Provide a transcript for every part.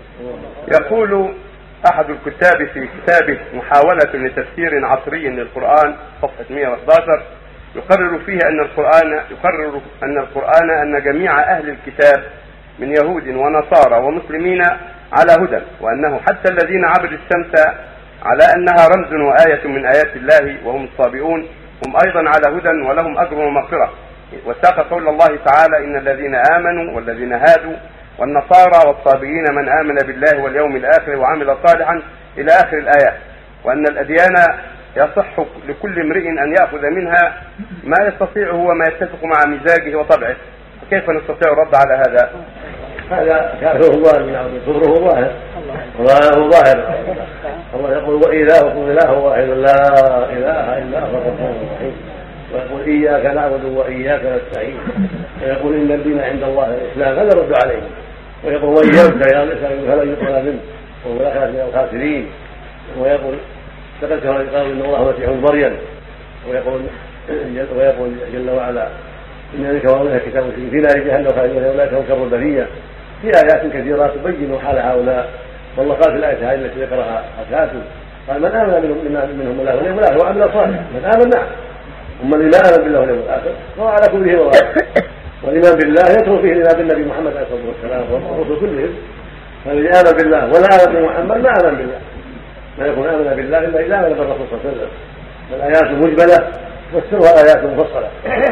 يقول أحد الكتاب في كتابه محاولة لتفسير عصري للقرآن صفحة 111 يقرر فيه أن القرآن أن جميع أهل الكتاب من يهود ونصارى ومسلمين على هدى، وأنه حتى الذين عبدوا الشمس على أنها رمز وآية من آيات الله وهم الصابئون هم أيضا على هدى ولهم أجر ومغفرة. وساق قول الله تعالى: إن الذين آمنوا والذين هادوا والنصارى والصابئين من آمن بالله واليوم الآخر وعمل صالحا إلى آخر الآيات، وأن الأديان يصح لكل امرئ أن يأخذ منها ما يستطيعه وما يتفق مع مزاجه وطبعه. كيف نستطيع الرد على هذا؟ هذا كافره ظاهر، كفره ظاهر، وضلاله ظاهر. الله يقول: وإلهكم إله واحد لا إله إلا هو الرحمن الرحيم، ويقول: إياك نعبد وإياك نستعين، ويقول: إن الدين عند الله الإسلام. هذا رد عليه. ويقول: وإن يرد يا الإسلام فلا يقبل منه وهو من الخاسرين. ويقول: تذكر قال: إن الله مسيح مريم. ويقول جل وعلا: إن ذلك وأولئك كتاب في نار جهنم خالدين أولئك هم شر البرية. في آيات كثيرة تبين حال هؤلاء. والله قال في الآية التي ذكرها أساسه قال: من آمن منهم الله واليوم الآخر وعمل صالحا. من آمن نعم، أما الذي لا آمن بالله واليوم الآخر فهو على كفره وضلاله. والإيمان بالله يدخل فيه الإيمان بالنبي محمد عليه الصلاة والسلام والرسل كلهم. فالذي آمن بالله ولا آمن بمحمد ما آمن بالله، لا يكون آمن بالله إلا إذا آمن بالرسول صلى الله عليه وسلم. فالآيات مجملة تفسرها آيات مفصلة.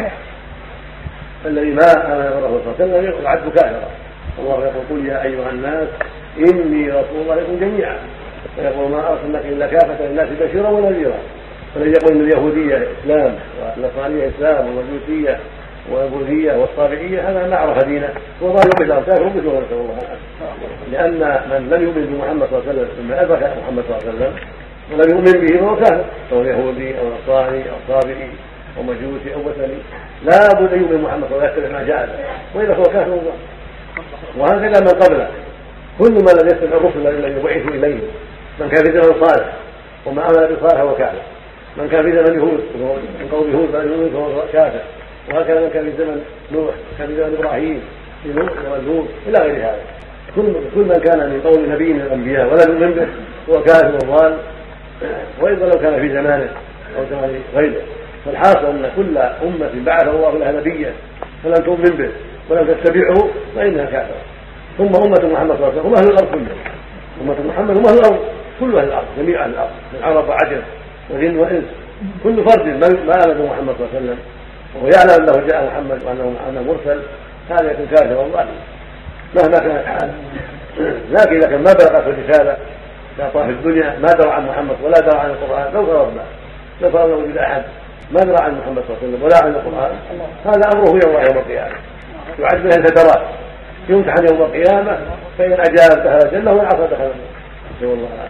الذي ما آمن بالرسول صلى الله عليه وسلم يعد كافرا. الله يقول: قل يا أيها الناس إني رسول الله إليكم جميعا. ويقول: ما أرسلناك إلا كافة للناس بشيرا ونذيرا. فالذي يقول إن اليهودية إسلام والنصرانية إسلام والمجوسية والبوذية والصابئية هذا ما عرف دينه وظاهر بالله كافر مثله، نسأل الله العافية. لأن من لم يؤمن بمحمد صلى الله عليه وسلم ثم أدرك محمد صلى الله عليه وسلم ولم يؤمن به فهو كافر، سواء يهودي أو نصراني أو صابئي أو مجوسي أو وثني، لا بد أن يؤمن محمد صلى الله عليه وسلم ما جاء له، وإذا فهو كافر. وهكذا من قبله كل من لم يتبع الرسل الذين بعثوا إليه، من كان في زمن صالح وما آمن بصالح هو كافر، من كان في زمن يهود من قوم يهود فهو كافر، وهكذا من كان في زمن نوح كان في زمن إبراهيم في نوح والهود إلى غير هذا. كل من كان من قوم نبي من الأنبياء ولم يؤمن به هو كافر وضال، وإذا لو كان في زمانه أو زمان غيره. فالحاصل أن كل أمة بعث الله لها نبيا فلم تؤمن به ولم تتبعه فإنها كافرة. ثم أمة محمد صلى الله عليه وسلم هم أهل الأرض كلهم. أمة محمد هم أهل الأرض، كل أهل الأرض، جميع أهل الأرض من عرب وعجم وجن وإنس. كل فرد ما آمن بمحمد صلى الله عليه وسلم وهو يعلم أنه جاء محمد وأنه مرسل هذا يكون كافرا ظالما مهما كانت حاله. لكن إذا كان ما بلغت الرسالة لا طاف الدنيا ما درى عن محمد ولا درى عن القرآن، لو فرضنا وجود أحد ما درى عن محمد صلى الله عليه وسلم ولا عن القرآن، هذا أمره يوم القيامة يعد منها الفترات، يمتحن يوم القيامة، فإن أجاب دخل الجنة وإن عصى دخل النار.